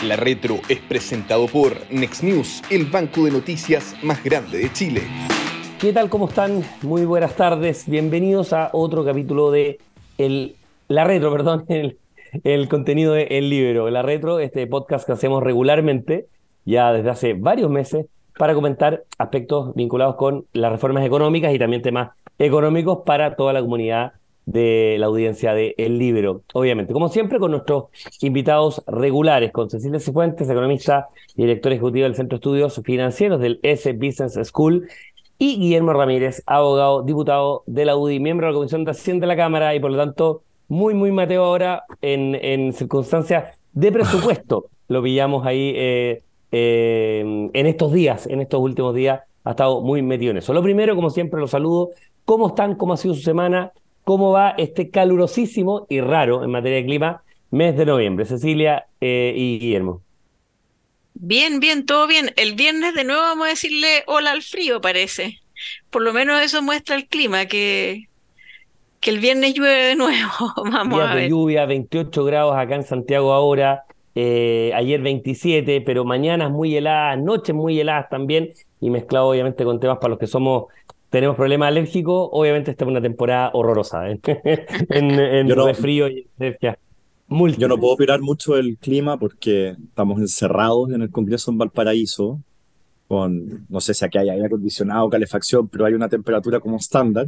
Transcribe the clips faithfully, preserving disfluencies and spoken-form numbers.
La Retro es presentado por Next News, el banco de noticias más grande de Chile. ¿Qué tal? ¿Cómo están? Muy buenas tardes. Bienvenidos a otro capítulo de el, La Retro, perdón, el, el contenido de El Libro. La Retro, este podcast que hacemos regularmente, ya desde hace varios meses, para comentar aspectos vinculados con las reformas económicas y también temas económicos para toda la comunidad de la audiencia de El Libro. Obviamente, como siempre, con nuestros invitados regulares, con Cecilia Cifuentes, economista y director ejecutivo del Centro de Estudios Financieros del S Business School, y Guillermo Ramírez, abogado, diputado de la U D I, miembro de la Comisión de Hacienda de la Cámara y por lo tanto muy, muy Mateo ahora en, en circunstancias de presupuesto. Lo pillamos ahí eh, eh, en estos días, en estos últimos días, ha estado muy metido en eso. Lo primero, como siempre, los saludo. ¿Cómo están? ¿Cómo ha sido su semana? ¿Cómo va este calurosísimo y raro en materia de clima mes de noviembre? Cecilia eh, y Guillermo. Bien, bien, todo bien. El viernes de nuevo vamos a decirle hola al frío, parece. Por lo menos eso muestra el clima, que, que el viernes llueve de nuevo. Vamos Días a de ver. lluvia, veintiocho grados acá en Santiago ahora, eh, ayer veintisiete, pero mañanas muy heladas, noches muy heladas también, y mezclado obviamente con temas para los que somos, tenemos problemas alérgicos. Obviamente esta es una temporada horrorosa, ¿eh? en, Yo en no, resfrío y alergias yo no puedo múltiples. opinar mucho del clima porque estamos encerrados en el Congreso en Valparaíso, con, no sé si aquí hay aire acondicionado o calefacción, pero hay una temperatura como estándar.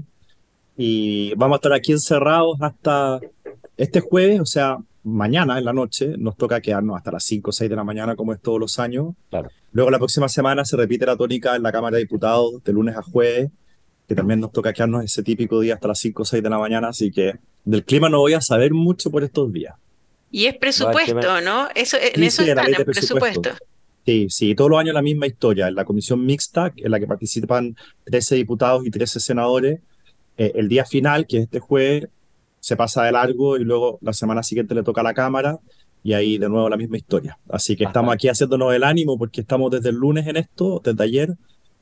Y vamos a estar aquí encerrados hasta este jueves, o sea, mañana en la noche. Nos toca quedarnos hasta las cinco o seis de la mañana, como es todos los años. Claro. Luego la próxima semana se repite la tónica en la Cámara de Diputados, de lunes a jueves, que también nos toca quedarnos ese típico día hasta las cinco o seis de la mañana. Así que del clima no voy a saber mucho por estos días. Y es Va el tema. presupuesto, ¿no? Eso, en Sí, eso sí, de la están, ley en de presupuesto. presupuesto. Sí, sí, todos los años la misma historia. En la comisión mixta, en la que participan trece diputados y trece senadores, eh, el día final, que es este jueves, se pasa de largo y luego la semana siguiente le toca a la Cámara y ahí de nuevo la misma historia. Así que estamos Hasta, aquí haciéndonos el ánimo porque estamos desde el lunes en esto, desde ayer,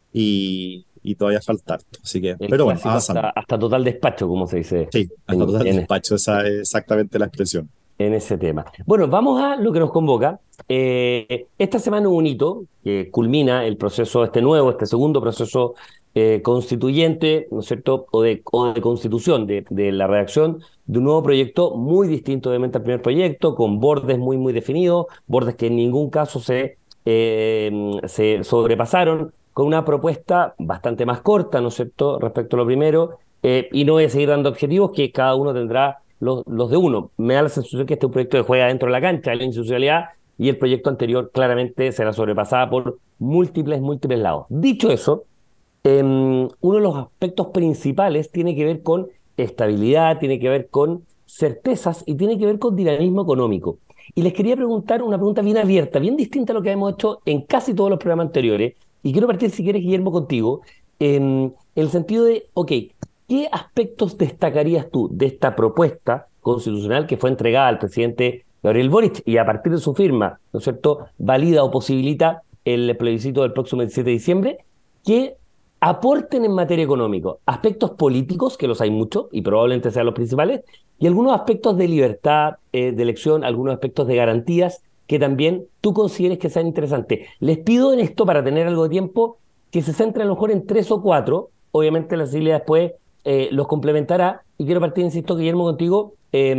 y, y todavía falta harto. Así que, el pero bueno, clásico avanzando. hasta, hasta total despacho, como se dice Sí, hasta en, total en, despacho, esa es exactamente la expresión. en ese tema. Bueno, vamos a lo que nos convoca. Eh, esta semana un hito que culmina el proceso, este nuevo, este segundo proceso eh, constituyente, ¿no es cierto?, o de, o de constitución, de, de la redacción de un nuevo proyecto muy distinto obviamente al primer proyecto, con bordes muy, muy definidos, bordes que en ningún caso se, eh, se sobrepasaron, con una propuesta bastante más corta, ¿no es cierto?, respecto a lo primero, eh, y no voy a seguir dando objetivos que cada uno tendrá los, los de uno. Me da la sensación que este es un proyecto que juega dentro de la cancha de la institucionalidad y el proyecto anterior claramente se la sobrepasaba por múltiples, múltiples lados. Dicho eso, eh, uno de los aspectos principales tiene que ver con estabilidad, tiene que ver con certezas y tiene que ver con dinamismo económico. Y les quería preguntar una pregunta bien abierta, bien distinta a lo que hemos hecho en casi todos los programas anteriores. Y quiero partir, si quieres, Guillermo, contigo, en el sentido de, ok, ¿qué aspectos destacarías tú de esta propuesta constitucional que fue entregada al presidente Gabriel Boric y a partir de su firma, ¿no es cierto?, valida o posibilita el plebiscito del próximo diecisiete de diciembre, que aporten en materia económica aspectos políticos, que los hay muchos y probablemente sean los principales, y algunos aspectos de libertad eh, de elección, algunos aspectos de garantías que también tú consideres que sean interesantes? Les pido en esto, para tener algo de tiempo, que se centren a lo mejor en tres o cuatro. Obviamente la Cecilia después eh, los complementará, y quiero partir, insisto, Guillermo, contigo,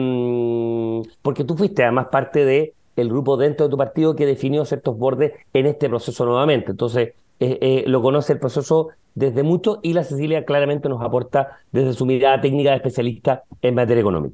eh, porque tú fuiste además parte de el grupo dentro de tu partido que definió ciertos bordes en este proceso nuevamente. Entonces, eh, eh, lo conoce el proceso desde mucho y la Cecilia claramente nos aporta desde su mirada técnica de especialista en materia económica.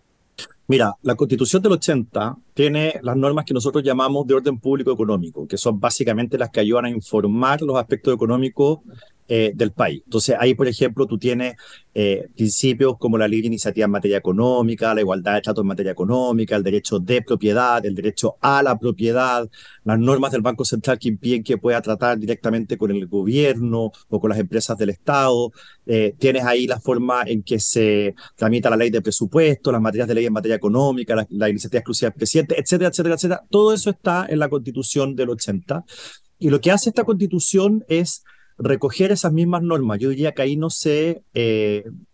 Mira, la Constitución del ochenta tiene las normas que nosotros llamamos de orden público económico, que son básicamente las que ayudan a informar los aspectos económicos eh, del país. Entonces, ahí, por ejemplo, tú tienes eh, principios como la libre iniciativa en materia económica, la igualdad de trato en materia económica, el derecho de propiedad, el derecho a la propiedad, las normas del Banco Central que impiden que pueda tratar directamente con el gobierno o con las empresas del Estado. Eh, tienes ahí la forma en que se tramita la ley de presupuesto, las materias de ley en materia económica, la, la iniciativa exclusiva del presidente, etcétera, etcétera, etcétera. Todo eso está en la Constitución del ochenta. Y lo que hace esta Constitución es recoger esas mismas normas. Yo diría que ahí no se, eh,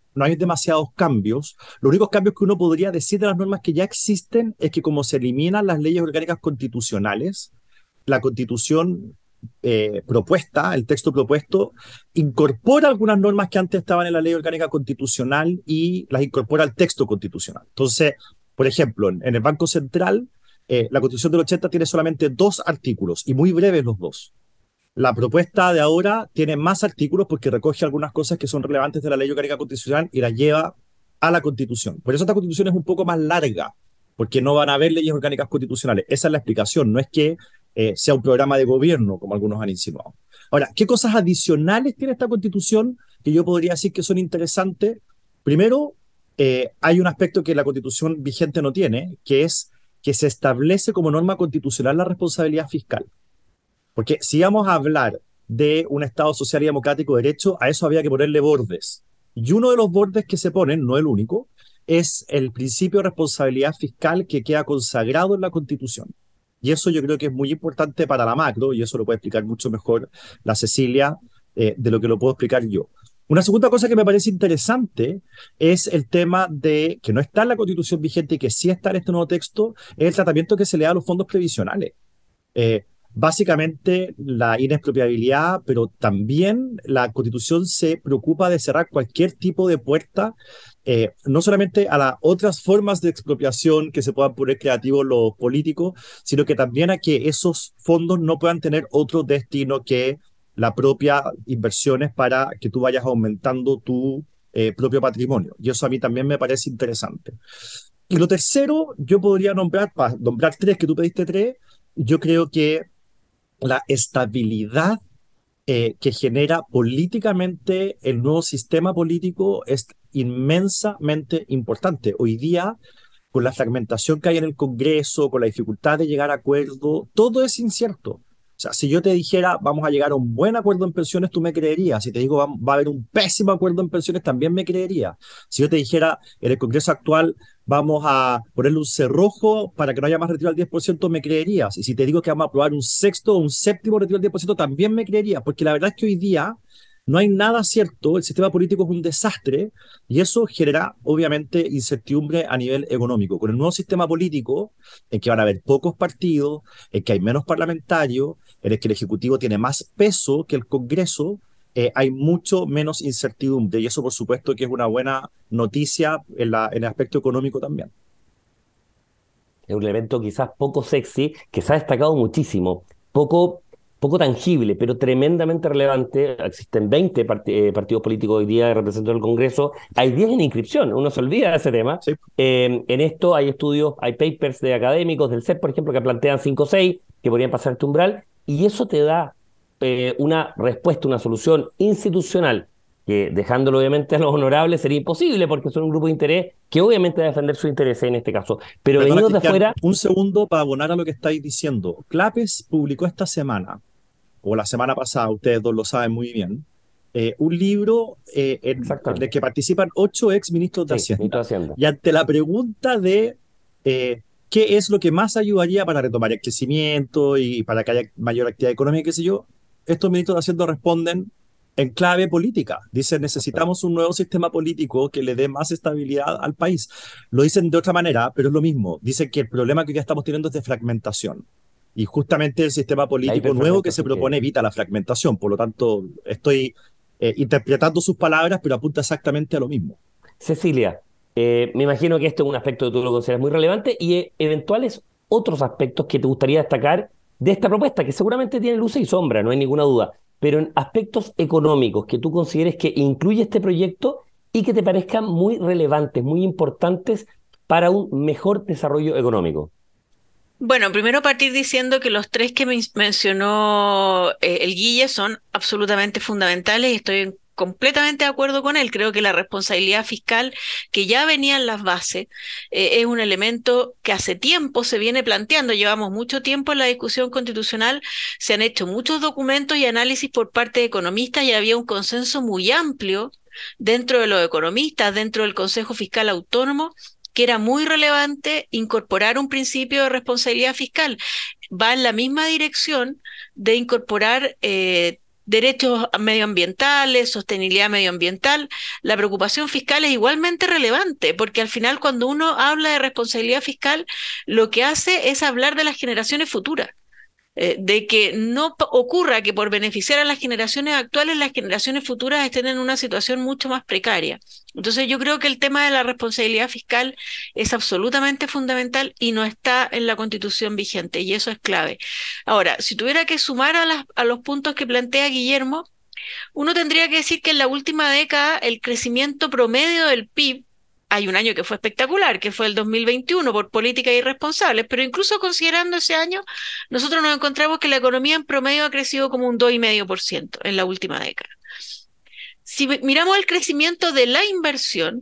no hay demasiados cambios. Los únicos cambios que uno podría decir de las normas que ya existen es que como se eliminan las leyes orgánicas constitucionales, la Constitución eh, propuesta, el texto propuesto, incorpora algunas normas que antes estaban en la ley orgánica constitucional y las incorpora al texto constitucional. Entonces, por ejemplo, en, en el Banco Central, eh, la Constitución del ochenta tiene solamente dos artículos y muy breves los dos. La propuesta de ahora tiene más artículos porque recoge algunas cosas que son relevantes de la ley orgánica constitucional y las lleva a la Constitución. Por eso esta Constitución es un poco más larga, porque no van a haber leyes orgánicas constitucionales. Esa es la explicación, no es que eh, sea un programa de gobierno, como algunos han insinuado. Ahora, ¿qué cosas adicionales tiene esta Constitución que yo podría decir que son interesantes? Primero, eh, hay un aspecto que la Constitución vigente no tiene, que es que se establece como norma constitucional la responsabilidad fiscal. Porque si vamos a hablar de un Estado social y democrático de derecho, a eso había que ponerle bordes. Y uno de los bordes que se ponen, no el único, es el principio de responsabilidad fiscal que queda consagrado en la Constitución. Y eso yo creo que es muy importante para la macro, y eso lo puede explicar mucho mejor la Cecilia eh, de lo que lo puedo explicar yo. Una segunda cosa que me parece interesante es el tema de, que no está en la Constitución vigente y que sí está en este nuevo texto, es el tratamiento que se le da a los fondos previsionales. Eh, Básicamente la inexpropiabilidad, pero también la Constitución se preocupa de cerrar cualquier tipo de puerta, eh, no solamente a las otras formas de expropiación que se puedan poner creativos los políticos, sino que también a que esos fondos no puedan tener otro destino que la propia inversiones para que tú vayas aumentando tu eh, propio patrimonio. Y eso a mí también me parece interesante. Y lo tercero, yo podría nombrar, para nombrar tres, que tú pediste tres, yo creo que la estabilidad eh, que genera políticamente el nuevo sistema político es inmensamente importante. Hoy día, con la fragmentación que hay en el Congreso, con la dificultad de llegar a acuerdo, todo es incierto. O sea, si yo te dijera, vamos a llegar a un buen acuerdo en pensiones, tú me creerías. Si te digo, va, va a haber un pésimo acuerdo en pensiones, también me creerías. Si yo te dijera, en el Congreso actual, vamos a ponerle un cerrojo para que no haya más retiro al diez por ciento, me creerías. Y si te digo que vamos a aprobar un sexto o un séptimo retiro al diez por ciento, también me creerías. Porque la verdad es que hoy día no hay nada cierto, el sistema político es un desastre y eso genera obviamente incertidumbre a nivel económico. Con el nuevo sistema político, en que van a haber pocos partidos, en que hay menos parlamentarios, en el que el Ejecutivo tiene más peso que el Congreso, eh, hay mucho menos incertidumbre y eso por supuesto que es una buena noticia en, la, en el aspecto económico también. Es un elemento quizás poco sexy, que se ha destacado muchísimo, poco... poco tangible, pero tremendamente relevante. Existen veinte part eh, partidos políticos hoy día representados en el Congreso, hay diez en inscripción, uno se olvida de ese tema. Sí. Eh, en esto hay estudios, hay papers de académicos del C E P, por ejemplo, que plantean cinco o seis, que podrían pasar este umbral, y eso te da eh, una respuesta, una solución institucional, que dejándolo obviamente a los honorables sería imposible, porque son un grupo de interés que obviamente va a defender sus intereses en este caso. Pero Perdona, venidos de afuera... Un segundo para abonar a lo que estáis diciendo. Clapes publicó esta semana, o la semana pasada, ustedes dos lo saben muy bien, eh, un libro eh, en el que participan ocho ex ministros de, sí, Hacienda. de Hacienda. Y ante la pregunta de eh, qué es lo que más ayudaría para retomar el crecimiento y para que haya mayor actividad económica, qué sé yo, estos ministros de Hacienda responden en clave política. Dicen, necesitamos un nuevo sistema político que le dé más estabilidad al país. Lo dicen de otra manera, pero es lo mismo. Dicen que el problema que ya estamos teniendo es de fragmentación. Y justamente el sistema político nuevo que se propone evita la fragmentación. Por lo tanto, estoy eh, interpretando sus palabras, pero apunta exactamente a lo mismo. Cecilia, eh, me imagino que este es un aspecto que tú lo consideras muy relevante y eh, eventuales otros aspectos que te gustaría destacar de esta propuesta, que seguramente tiene luces y sombras, no hay ninguna duda, pero en aspectos económicos que tú consideres que incluye este proyecto y que te parezcan muy relevantes, muy importantes para un mejor desarrollo económico. Bueno, primero partir diciendo que los tres que men mencionó eh, el Guille son absolutamente fundamentales y estoy completamente de acuerdo con él. Creo que la responsabilidad fiscal, que ya venía en las bases, eh, es un elemento que hace tiempo se viene planteando. Llevamos mucho tiempo en la discusión constitucional, se han hecho muchos documentos y análisis por parte de economistas y había un consenso muy amplio dentro de los economistas, dentro del Consejo Fiscal Autónomo, que era muy relevante incorporar un principio de responsabilidad fiscal. Va en la misma dirección de incorporar eh, derechos medioambientales, sostenibilidad medioambiental. La preocupación fiscal es igualmente relevante, porque al final cuando uno habla de responsabilidad fiscal, lo que hace es hablar de las generaciones futuras. Eh, de que no ocurra que por beneficiar a las generaciones actuales, las generaciones futuras estén en una situación mucho más precaria. Entonces yo creo que el tema de la responsabilidad fiscal es absolutamente fundamental y no está en la Constitución vigente, y eso es clave. Ahora, si tuviera que sumar a, las, a los puntos que plantea Guillermo, uno tendría que decir que en la última década el crecimiento promedio del P I B, hay un año que fue espectacular, que fue el dos mil veintiuno, por políticas irresponsables, pero incluso considerando ese año, nosotros nos encontramos que la economía en promedio ha crecido como un dos coma cinco por ciento en la última década. Si miramos el crecimiento de la inversión,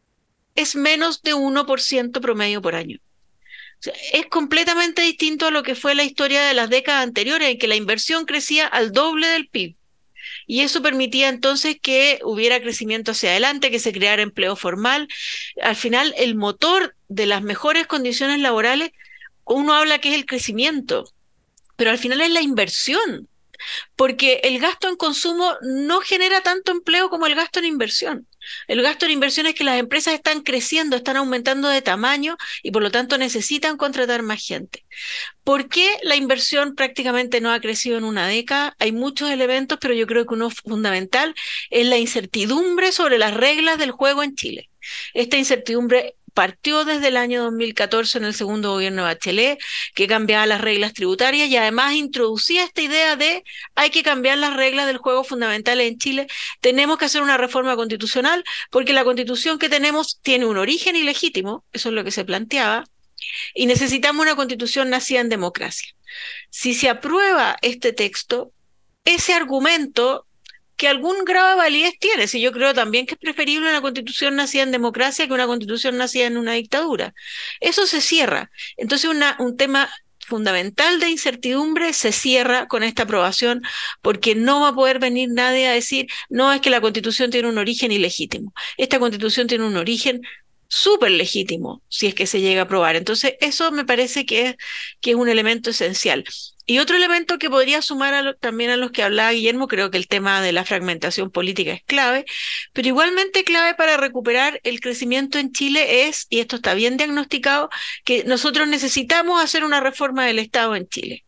es menos de uno por ciento promedio por año. O sea, es completamente distinto a lo que fue la historia de las décadas anteriores, en que la inversión crecía al doble del P I B. Y eso permitía entonces que hubiera crecimiento hacia adelante, que se creara empleo formal. Al final, el motor de las mejores condiciones laborales, uno habla que es el crecimiento, pero al final es la inversión, porque el gasto en consumo no genera tanto empleo como el gasto en inversión. El gasto en inversión es que las empresas están creciendo, están aumentando de tamaño y por lo tanto necesitan contratar más gente. ¿Por qué la inversión prácticamente no ha crecido en una década? Hay muchos elementos, pero yo creo que uno fundamental es la incertidumbre sobre las reglas del juego en Chile. Esta incertidumbre partió desde el año dos mil catorce en el segundo gobierno de Bachelet, que cambiaba las reglas tributarias y además introducía esta idea de hay que cambiar las reglas del juego fundamentales en Chile, tenemos que hacer una reforma constitucional porque la constitución que tenemos tiene un origen ilegítimo, eso es lo que se planteaba, y necesitamos una constitución nacida en democracia. Si se aprueba este texto, ese argumento que algún grado de validez tiene, si yo creo también que es preferible una constitución nacida en democracia que una constitución nacida en una dictadura. Eso se cierra. Entonces una, un tema fundamental de incertidumbre se cierra con esta aprobación, porque no va a poder venir nadie a decir, no, es que la constitución tiene un origen ilegítimo. Esta constitución tiene un origen súper legítimo, si es que se llega a aprobar. Entonces eso me parece que es, que es un elemento esencial. Y otro elemento que podría sumar a lo, también a los que hablaba Guillermo, creo que el tema de la fragmentación política es clave, pero igualmente clave para recuperar el crecimiento en Chile es, y esto está bien diagnosticado, que nosotros necesitamos hacer una reforma del Estado en Chile.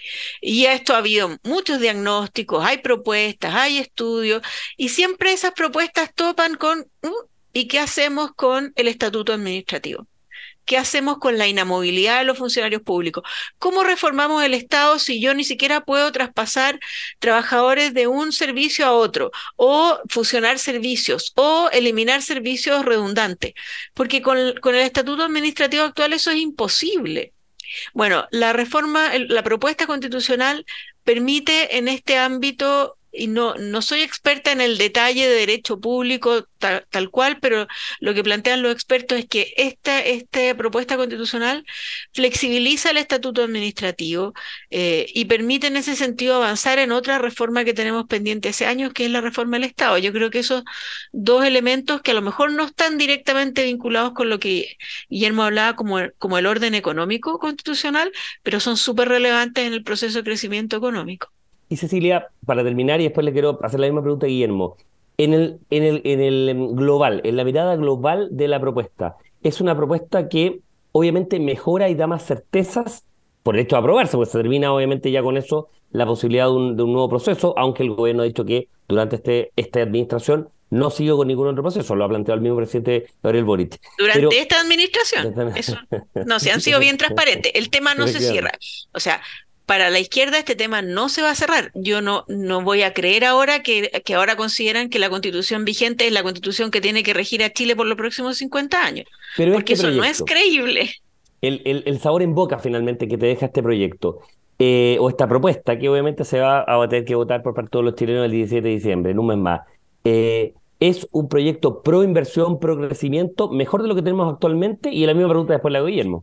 Y a esto ha habido muchos diagnósticos, hay propuestas, hay estudios, y siempre esas propuestas topan con, ¿y qué hacemos con el estatuto administrativo? ¿Qué hacemos con la inamovilidad de los funcionarios públicos? ¿Cómo reformamos el Estado si yo ni siquiera puedo traspasar trabajadores de un servicio a otro, o fusionar servicios, o eliminar servicios redundantes? Porque con, con el estatuto administrativo actual eso es imposible. Bueno, la reforma, la propuesta constitucional permite en este ámbito, y no, no soy experta en el detalle de derecho público tal, tal cual, pero lo que plantean los expertos es que esta, esta propuesta constitucional flexibiliza el estatuto administrativo eh, y permite en ese sentido avanzar en otra reforma que tenemos pendiente hace años, que es la reforma del Estado. Yo creo que esos dos elementos, que a lo mejor no están directamente vinculados con lo que Guillermo hablaba como, como el orden económico constitucional, pero son súper relevantes en el proceso de crecimiento económico. Y Cecilia, para terminar, y después le quiero hacer la misma pregunta a Guillermo, en el, en el, en el global, en la mirada global de la propuesta, es una propuesta que obviamente mejora y da más certezas por el hecho de aprobarse, porque se termina obviamente ya con eso la posibilidad de un, de un nuevo proceso, aunque el gobierno ha dicho que durante este, esta administración no siguió con ningún otro proceso, lo ha planteado el mismo presidente Gabriel Boric. Durante Pero, esta administración, eso, no, se han sido bien transparentes, el tema no se cierra, o sea, para la izquierda este tema no se va a cerrar. Yo no, no voy a creer ahora que, que ahora consideran que la constitución vigente es la constitución que tiene que regir a Chile por los próximos cincuenta años. Pero porque este eso proyecto, no es creíble. El, el, el sabor en boca finalmente que te deja este proyecto, eh, o esta propuesta, que obviamente se va a tener que votar por parte de todos los chilenos el diecisiete de diciembre, en un mes más, eh, ¿es un proyecto pro inversión, pro crecimiento, mejor de lo que tenemos actualmente? Y la misma pregunta después la hago a Guillermo.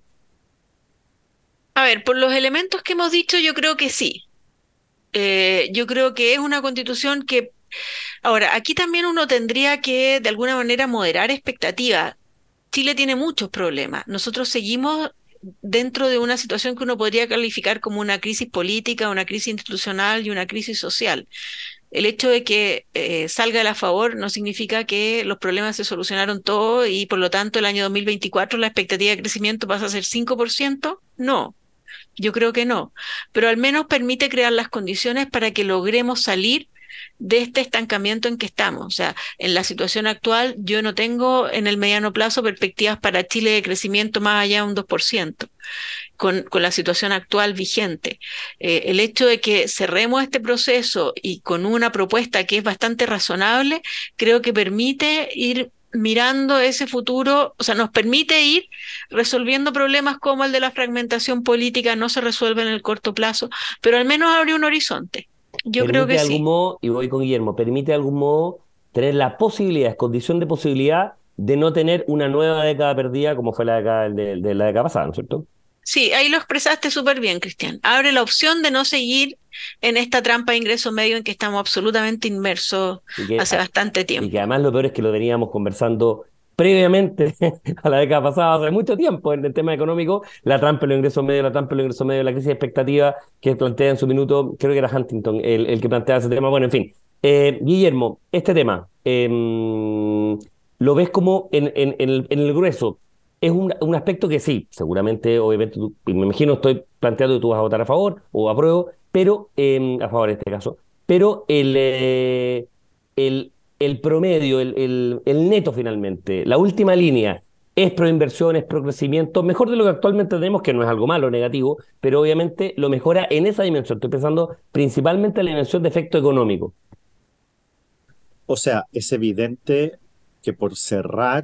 A ver, por los elementos que hemos dicho, yo creo que sí. Eh, yo creo que es una constitución que... Ahora, aquí también uno tendría que, de alguna manera, moderar expectativas. Chile tiene muchos problemas. Nosotros seguimos dentro de una situación que uno podría calificar como una crisis política, una crisis institucional y una crisis social. el hecho de que eh, salga el a favor no significa que los problemas se solucionaron todos y por lo tanto el año dos mil veinticuatro la expectativa de crecimiento pasa a ser cinco por ciento. No, yo creo que no, pero al menos permite crear las condiciones para que logremos salir de este estancamiento en que estamos. O sea, en la situación actual yo no tengo en el mediano plazo perspectivas para Chile de crecimiento más allá de un dos por ciento. Con, con la situación actual vigente. Eh, el hecho de que cerremos este proceso y con una propuesta que es bastante razonable, creo que permite ir mirando ese futuro, o sea, nos permite ir resolviendo problemas como el de la fragmentación política, no se resuelve en el corto plazo, pero al menos abre un horizonte. Yo creo Permite que de algún sí. modo, y voy con Guillermo, permite de algún modo tener la posibilidad, es condición de posibilidad de no tener una nueva década perdida como fue la década de, de la década pasada, ¿no es cierto? Sí, ahí lo expresaste súper bien, Cristian. Abre la opción de no seguir en esta trampa de ingreso medio en que estamos absolutamente inmersos Y que, hace bastante y que tiempo. además lo peor es que lo veníamos conversando previamente a la década pasada, hace mucho tiempo, en el tema económico, la trampa de los ingresos medios, la trampa de los ingresos medios, la crisis de expectativa que plantea en su minuto, creo que era Huntington el, el que planteaba ese tema. Bueno, en fin. Eh, Guillermo, este tema, eh, ¿lo ves como en, en, en, el, en el grueso? Es un, un aspecto que sí, seguramente, obviamente, tú, me imagino, estoy planteando que tú vas a votar a favor o a prueba, pero, eh, a favor en este caso, pero el, eh, el, el promedio, el, el, el neto finalmente, la última línea, es pro inversión, es pro crecimiento, mejor de lo que actualmente tenemos, que no es algo malo, negativo, pero obviamente lo mejora en esa dimensión. Estoy pensando principalmente en la dimensión de efecto económico. O sea, es evidente que por cerrar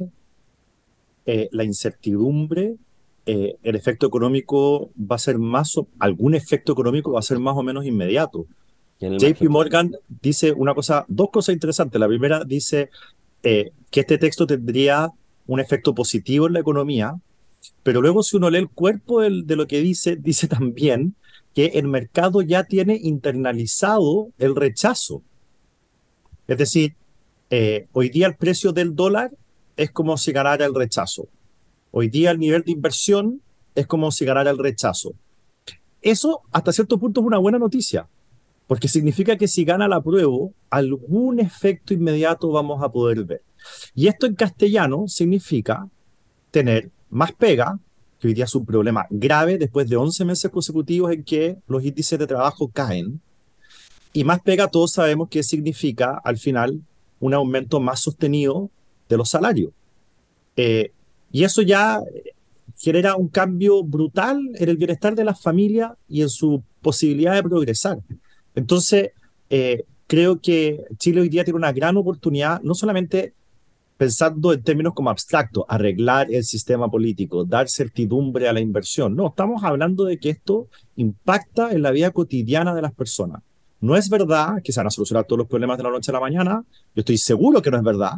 eh, la incertidumbre, eh, el efecto económico va a ser más, o, algún efecto económico va a ser más o menos inmediato. En el J P margen. Morgan dice una cosa, dos cosas interesantes. La primera dice eh, que este texto tendría un efecto positivo en la economía, pero luego si uno lee el cuerpo del, de lo que dice, dice también que el mercado ya tiene internalizado el rechazo. Es decir, eh, hoy día el precio del dólar es como si ganara el rechazo. Hoy día el nivel de inversión es como si ganara el rechazo. Eso hasta cierto punto es una buena noticia, porque significa que si gana la prueba, algún efecto inmediato vamos a poder ver. Y esto en castellano significa tener más pega, que hoy día es un problema grave después de once meses consecutivos en que los índices de trabajo caen. Y más pega, todos sabemos que significa al final un aumento más sostenido de los salarios. Eh, y eso ya genera un cambio brutal en el bienestar de las familias y en su posibilidad de progresar. Entonces, eh, creo que Chile hoy día tiene una gran oportunidad, no solamente pensando en términos como abstractos, arreglar el sistema político, dar certidumbre a la inversión. No, estamos hablando de que esto impacta en la vida cotidiana de las personas. No es verdad que se van a solucionar todos los problemas de la noche a la mañana, yo estoy seguro que no es verdad,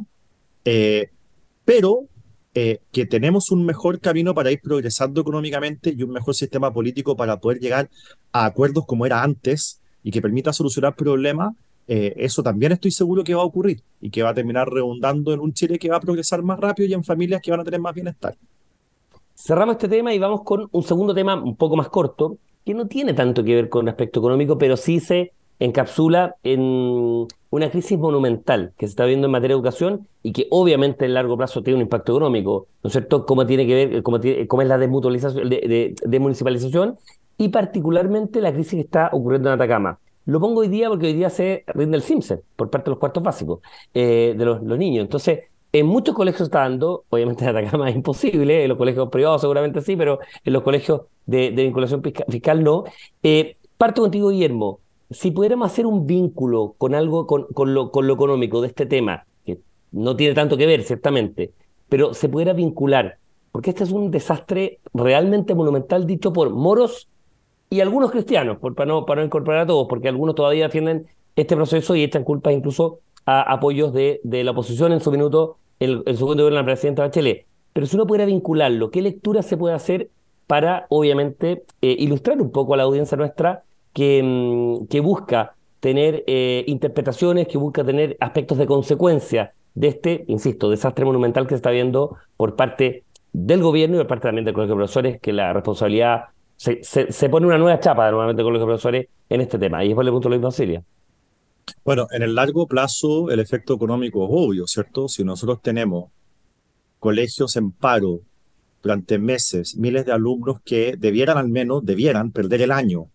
eh, pero eh, que tenemos un mejor camino para ir progresando económicamente y un mejor sistema político para poder llegar a acuerdos como era antes y que permita solucionar problemas. Eh, eso también estoy seguro que va a ocurrir y que va a terminar redundando en un Chile que va a progresar más rápido y en familias que van a tener más bienestar. Cerramos este tema y vamos con un segundo tema un poco más corto, que no tiene tanto que ver con el aspecto económico, pero sí se encapsula en una crisis monumental que se está viendo en materia de educación y que obviamente en largo plazo tiene un impacto económico, ¿no es cierto? Cómo tiene que ver, cómo, tiene, cómo es la desmutualización, de, de, desmunicipalización y particularmente la crisis que está ocurriendo en Atacama. Lo pongo hoy día porque hoy día se rinde el CIMSE por parte de los cuartos básicos eh, de los, los niños. Entonces, en muchos colegios está dando, obviamente en Atacama es imposible, en los colegios privados seguramente sí, pero en los colegios de, de vinculación fiscal no. Eh, parto contigo, Guillermo. Si pudiéramos hacer un vínculo con algo, con, con, lo, con lo económico de este tema, que no tiene tanto que ver, ciertamente, pero se pudiera vincular, porque este es un desastre realmente monumental dicho por moros y algunos cristianos, por, para, no, para no incorporar a todos, porque algunos todavía defienden este proceso y echan culpas incluso a apoyos de, de la oposición en su minuto, el, el segundo gobierno de la presidenta Bachelet. Pero si uno pudiera vincularlo, ¿qué lectura se puede hacer para, obviamente, eh, ilustrar un poco a la audiencia nuestra que, que busca tener eh, interpretaciones, que busca tener aspectos de consecuencia de este, insisto, desastre monumental que se está viendo por parte del gobierno y por parte también del Colegio de Profesores, que la responsabilidad se, se, se pone una nueva chapa nuevamente con los profesores en este tema? Y después le pregunto a Luis Basilio. Bueno, en el largo plazo el efecto económico es obvio, ¿cierto? Si nosotros tenemos colegios en paro durante meses, miles de alumnos que debieran al menos, debieran perder el año,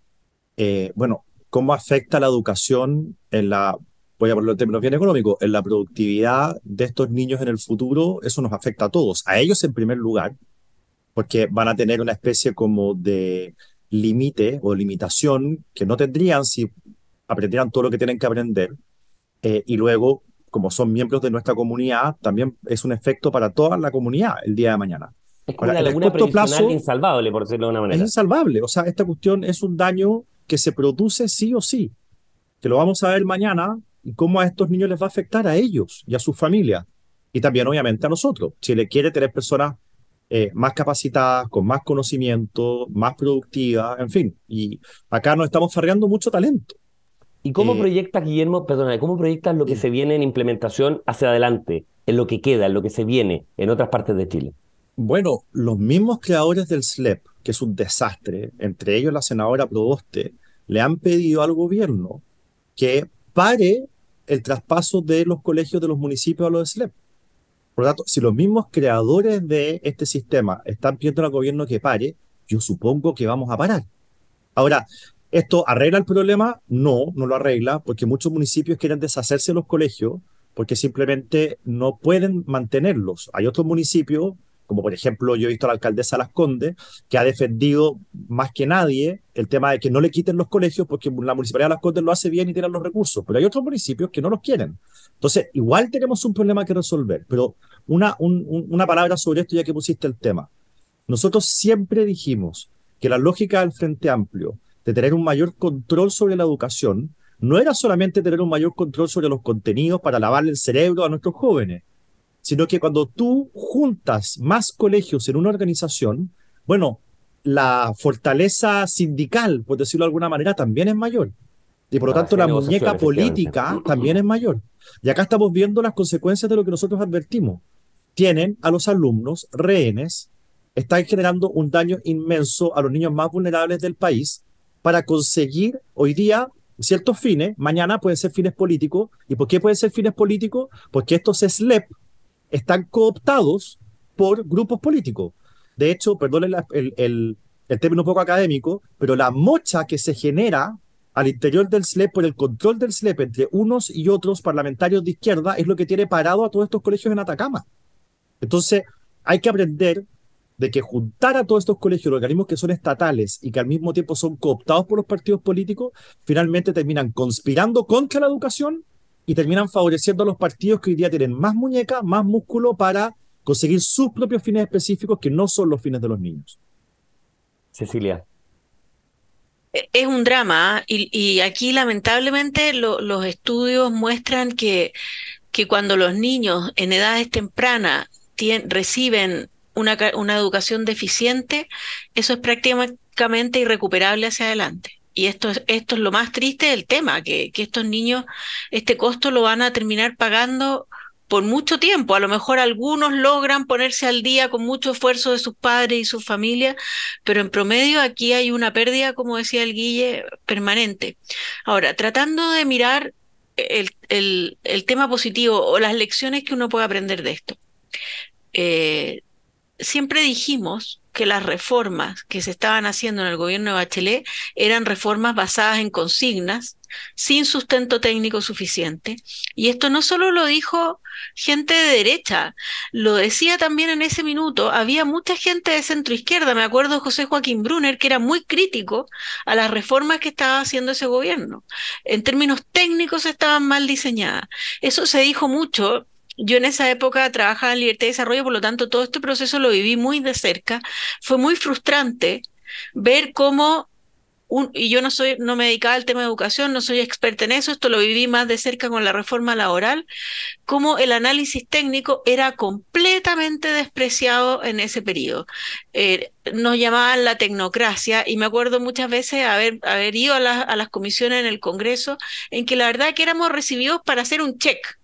eh, bueno, ¿cómo afecta la educación en la, voy a ponerlo en términos bien económicos, en la productividad de estos niños en el futuro? Eso nos afecta a todos, a ellos en primer lugar, porque van a tener una especie como de límite o limitación que no tendrían si aprendieran todo lo que tienen que aprender. Eh, y luego, como son miembros de nuestra comunidad, también es un efecto para toda la comunidad el día de mañana. Es como Ahora, una en el laguna corto previsional plazo insalvable, por decirlo de una es manera. insalvable. O sea, esta cuestión es un daño que se produce sí o sí, que lo vamos a ver mañana y cómo a estos niños les va a afectar a ellos y a sus familias. Y también, obviamente, a nosotros. Chile quiere tener personas eh, más capacitadas, con más conocimiento, más productivas, en fin. Y acá nos estamos farreando mucho talento. ¿Y cómo Eh, proyectas, Guillermo, perdona, cómo proyectas lo que eh, se viene en implementación hacia adelante, en lo que queda, en lo que se viene en otras partes de Chile? bueno, los mismos creadores del S L E P, que es un desastre, entre ellos la senadora Proboste, le han pedido al gobierno que pare el traspaso de los colegios de los municipios a los S L E P. Por lo tanto, si los mismos creadores de este sistema están pidiendo al gobierno que pare, yo supongo que vamos a parar. Ahora, ¿esto arregla el problema? No, no lo arregla, porque muchos municipios quieren deshacerse de los colegios porque simplemente no pueden mantenerlos. Hay otros municipios, como por ejemplo yo he visto a la alcaldesa Las Condes, que ha defendido más que nadie el tema de que no le quiten los colegios porque la municipalidad de Las Condes lo hace bien y tiene los recursos, pero hay otros municipios que no los quieren. Entonces, igual tenemos un problema que resolver, pero una, un, un, una palabra sobre esto ya que pusiste el tema. Nosotros siempre dijimos que la lógica del Frente Amplio de tener un mayor control sobre la educación no era solamente tener un mayor control sobre los contenidos para lavarle el cerebro a nuestros jóvenes, sino que cuando tú juntas más colegios en una organización, bueno, la fortaleza sindical, por decirlo de alguna manera, también es mayor. Y por lo tanto, Capacidad de la negociación, muñeca efectivamente. política también es mayor. Y acá estamos viendo las consecuencias de lo que nosotros advertimos. Tienen a los alumnos rehenes, están generando un daño inmenso a los niños más vulnerables del país para conseguir hoy día ciertos fines, mañana pueden ser fines políticos. ¿Y por qué pueden ser fines políticos? Porque estos S L E P están cooptados por grupos políticos. De hecho, perdonen el, el, el término un poco académico, pero la mocha que se genera al interior del S L E P por el control del S L E P entre unos y otros parlamentarios de izquierda es lo que tiene parado a todos estos colegios en Atacama. Entonces, hay que aprender de que juntar a todos estos colegios, organismos que son estatales y que al mismo tiempo son cooptados por los partidos políticos, finalmente terminan conspirando contra la educación y terminan favoreciendo a los partidos que hoy día tienen más muñeca, más músculo para conseguir sus propios fines específicos que no son los fines de los niños. Cecilia. Es un drama, ¿ah? y, y aquí lamentablemente lo- los estudios muestran que, que cuando los niños en edades tempranas tien- reciben una, ca- una educación deficiente, eso es prácticamente irrecuperable hacia adelante. Y esto es, esto es lo más triste del tema, que, que estos niños, este costo lo van a terminar pagando por mucho tiempo. A lo mejor algunos logran ponerse al día con mucho esfuerzo de sus padres y sus familias, pero en promedio aquí hay una pérdida, como decía el Guille, permanente. Ahora, tratando de mirar el, el, el tema positivo o las lecciones que uno puede aprender de esto. Eh, Siempre dijimos que las reformas que se estaban haciendo en el gobierno de Bachelet eran reformas basadas en consignas, sin sustento técnico suficiente. Y esto no solo lo dijo gente de derecha, lo decía también en ese minuto, había mucha gente de centro izquierda, me acuerdo de José Joaquín Brunner, que era muy crítico a las reformas que estaba haciendo ese gobierno. En términos técnicos estaban mal diseñadas. Eso se dijo mucho. Yo en esa época trabajaba en Libertad y Desarrollo, por lo tanto todo este proceso lo viví muy de cerca. Fue muy frustrante ver cómo, un, y yo no soy, no me dedicaba al tema de educación, no soy experta en eso, esto lo viví más de cerca con la reforma laboral, cómo el análisis técnico era completamente despreciado en ese periodo. Eh, nos llamaban la tecnocracia y me acuerdo muchas veces haber, haber ido a, la, a las comisiones en el Congreso en que la verdad que éramos recibidos para hacer un check,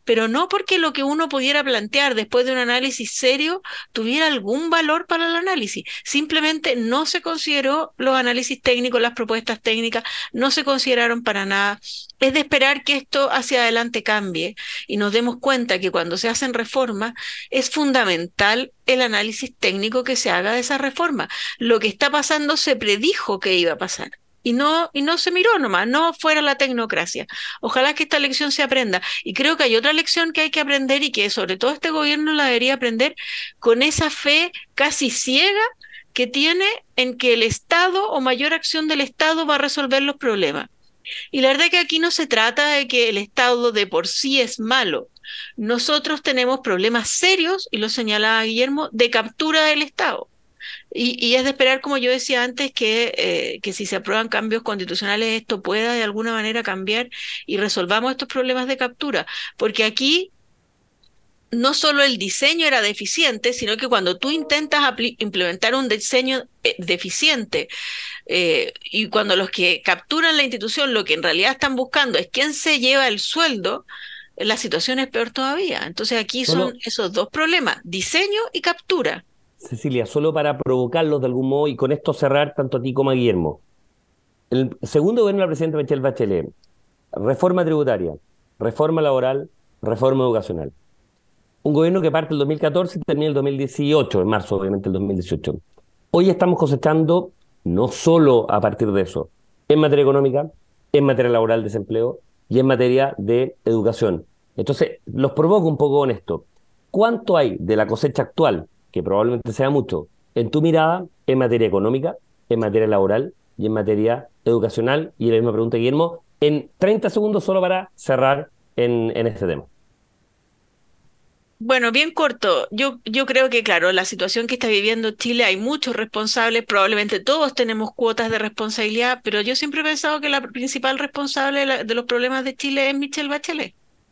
pero no porque lo que uno pudiera plantear después de un análisis serio tuviera algún valor para el análisis. Simplemente no se consideró los análisis técnicos, las propuestas técnicas, no se consideraron para nada. Es de esperar que esto hacia adelante cambie y nos demos cuenta que cuando se hacen reformas es fundamental el análisis técnico que se haga de esa reforma. Lo que está pasando se predijo que iba a pasar. Y no, y no se miró nomás, no fuera la tecnocracia. Ojalá que esta lección se aprenda. Y creo que hay otra lección que hay que aprender y que sobre todo este gobierno la debería aprender con esa fe casi ciega que tiene en que el Estado o mayor acción del Estado va a resolver los problemas. Y la verdad es que aquí no se trata de que el Estado de por sí es malo. Nosotros tenemos problemas serios, y lo señalaba Guillermo, de captura del Estado. Y, y es de esperar, como yo decía antes, que, eh, que si se aprueban cambios constitucionales esto pueda de alguna manera cambiar y resolvamos estos problemas de captura. Porque aquí no solo el diseño era deficiente, sino que cuando tú intentas implementar un diseño eh, deficiente eh, y cuando los que capturan la institución lo que en realidad están buscando es quién se lleva el sueldo, la situación es peor todavía. Entonces aquí Solo... son esos dos problemas, diseño y captura. Cecilia, solo para provocarlos de algún modo y con esto cerrar tanto a ti como a Guillermo. El segundo gobierno de la presidenta Michelle Bachelet, reforma tributaria, reforma laboral, reforma educacional. Un gobierno que parte el dos mil catorce y termina el dos mil dieciocho, en marzo obviamente el dos mil dieciocho. Hoy estamos cosechando no solo a partir de eso, en materia económica, en materia laboral, desempleo y en materia de educación. Entonces, los provoco un poco con esto. ¿Cuánto hay de la cosecha actual, que probablemente sea mucho, en tu mirada, en materia económica, en materia laboral y en materia educacional? Y la misma pregunta, Guillermo, en treinta segundos solo para cerrar en, en este tema. Bueno, bien corto. Yo, yo creo que, claro, la situación que está viviendo Chile, hay muchos responsables, probablemente todos tenemos cuotas de responsabilidad, pero yo siempre he pensado que la principal responsable de, la, de los problemas de Chile es Michelle Bachelet.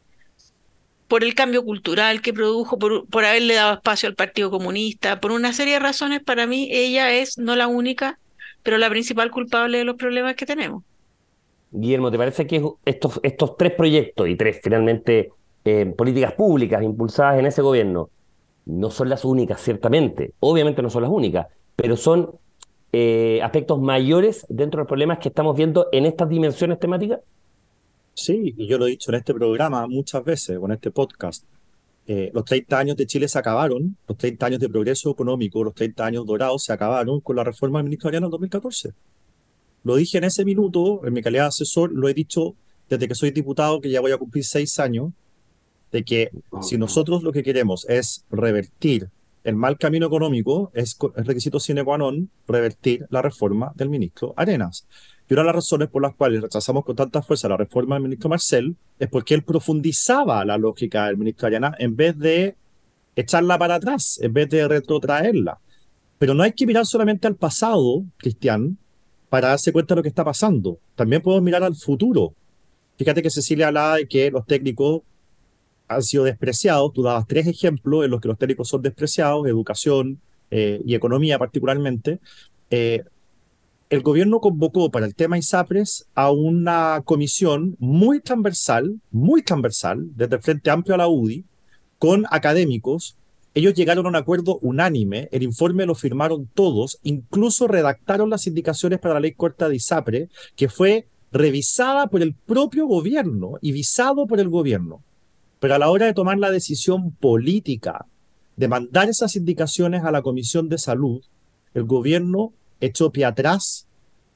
Por el cambio cultural que produjo, por, por haberle dado espacio al Partido Comunista, por una serie de razones, para mí ella es no la única, pero la principal culpable de los problemas que tenemos. Guillermo, ¿te parece que estos, estos tres proyectos y tres finalmente eh, políticas públicas impulsadas en ese gobierno no son las únicas, ciertamente? Obviamente no son las únicas, pero son eh, aspectos mayores dentro de los problemas que estamos viendo en estas dimensiones temáticas? Sí, y yo lo he dicho en este programa muchas veces, con este podcast. Eh, los treinta años de Chile se acabaron, los treinta años de progreso económico, los treinta años dorados se acabaron con la reforma del ministro Ariano en dos mil catorce. Lo dije en ese minuto, en mi calidad de asesor, lo he dicho desde que soy diputado, que ya voy a cumplir seis años, de que si nosotros lo que queremos es revertir el mal camino económico, es, es requisito sine qua non revertir la reforma del ministro Arenas. Y una de las razones por las cuales rechazamos con tanta fuerza la reforma del ministro Marcel es porque él profundizaba la lógica del ministro Arenas en vez de echarla para atrás, en vez de retrotraerla. Pero no hay que mirar solamente al pasado, Cristian, para darse cuenta de lo que está pasando. También podemos mirar al futuro. Fíjate que Cecilia hablaba de que los técnicos han sido despreciados. Tú dabas tres ejemplos en los que los técnicos son despreciados, educación eh, y economía particularmente. Eh, el gobierno convocó para el tema ISAPRES a una comisión muy transversal, muy transversal, desde el Frente Amplio a la U D I, con académicos. Ellos llegaron a un acuerdo unánime, el informe lo firmaron todos, incluso redactaron las indicaciones para la ley corta de ISAPRE, que fue revisada por el propio gobierno y visado por el gobierno. Pero a la hora de tomar la decisión política de mandar esas indicaciones a la Comisión de Salud, el gobierno echó pie atrás,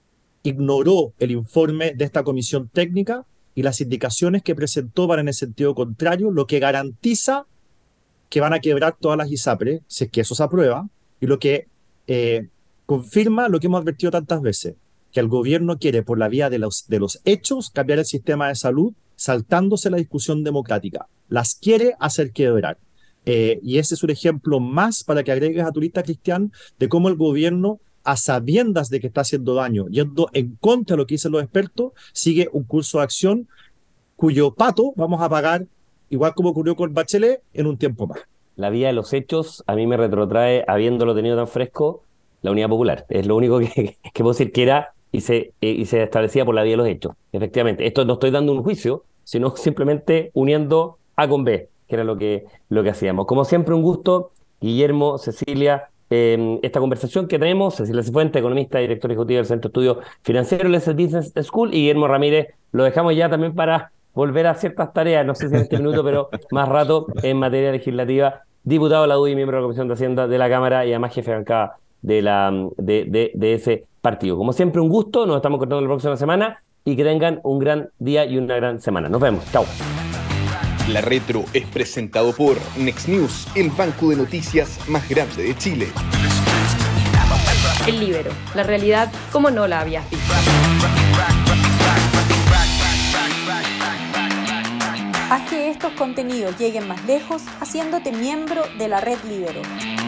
ignoró el informe de esta comisión técnica y las indicaciones que presentó van en el sentido contrario, lo que garantiza que van a quebrar todas las ISAPRE, si es que eso se aprueba, y lo que eh, confirma lo que hemos advertido tantas veces, que el gobierno quiere, por la vía de los, de los hechos, cambiar el sistema de salud, saltándose la discusión democrática. Las quiere hacer quebrar. Eh, y ese es un ejemplo más para que agregues a tu lista, Cristian, de cómo el gobierno, a sabiendas de que está haciendo daño, yendo en contra de lo que dicen los expertos, sigue un curso de acción cuyo pato vamos a pagar, igual como ocurrió con Bachelet, en un tiempo más. La vía de los hechos a mí me retrotrae, habiéndolo tenido tan fresco, la Unidad Popular. Es lo único que, que puedo decir que era y se, y se establecía por la vía de los hechos. Efectivamente, esto no estoy dando un juicio, sino simplemente uniendo A con B, que era lo que, lo que hacíamos. Como siempre, un gusto, Guillermo, Cecilia, eh, esta conversación que tenemos, Cecilia Cifuentes, economista, director ejecutivo del Centro de Estudios Financieros, L S Business School, y Guillermo Ramírez, lo dejamos ya también para volver a ciertas tareas, no sé si en este minuto, pero más rato en materia legislativa, diputado de la U D I, miembro de la Comisión de Hacienda de la Cámara y además jefe de bancada de, la, de, de, de ese partido. Como siempre, un gusto, nos estamos cortando la próxima semana y que tengan un gran día y una gran semana. Nos vemos, chao. La Retro es presentado por Next News, el banco de noticias más grande de Chile. El Líbero, la realidad como no la habías visto. Haz que estos contenidos lleguen más lejos haciéndote miembro de la Red Líbero.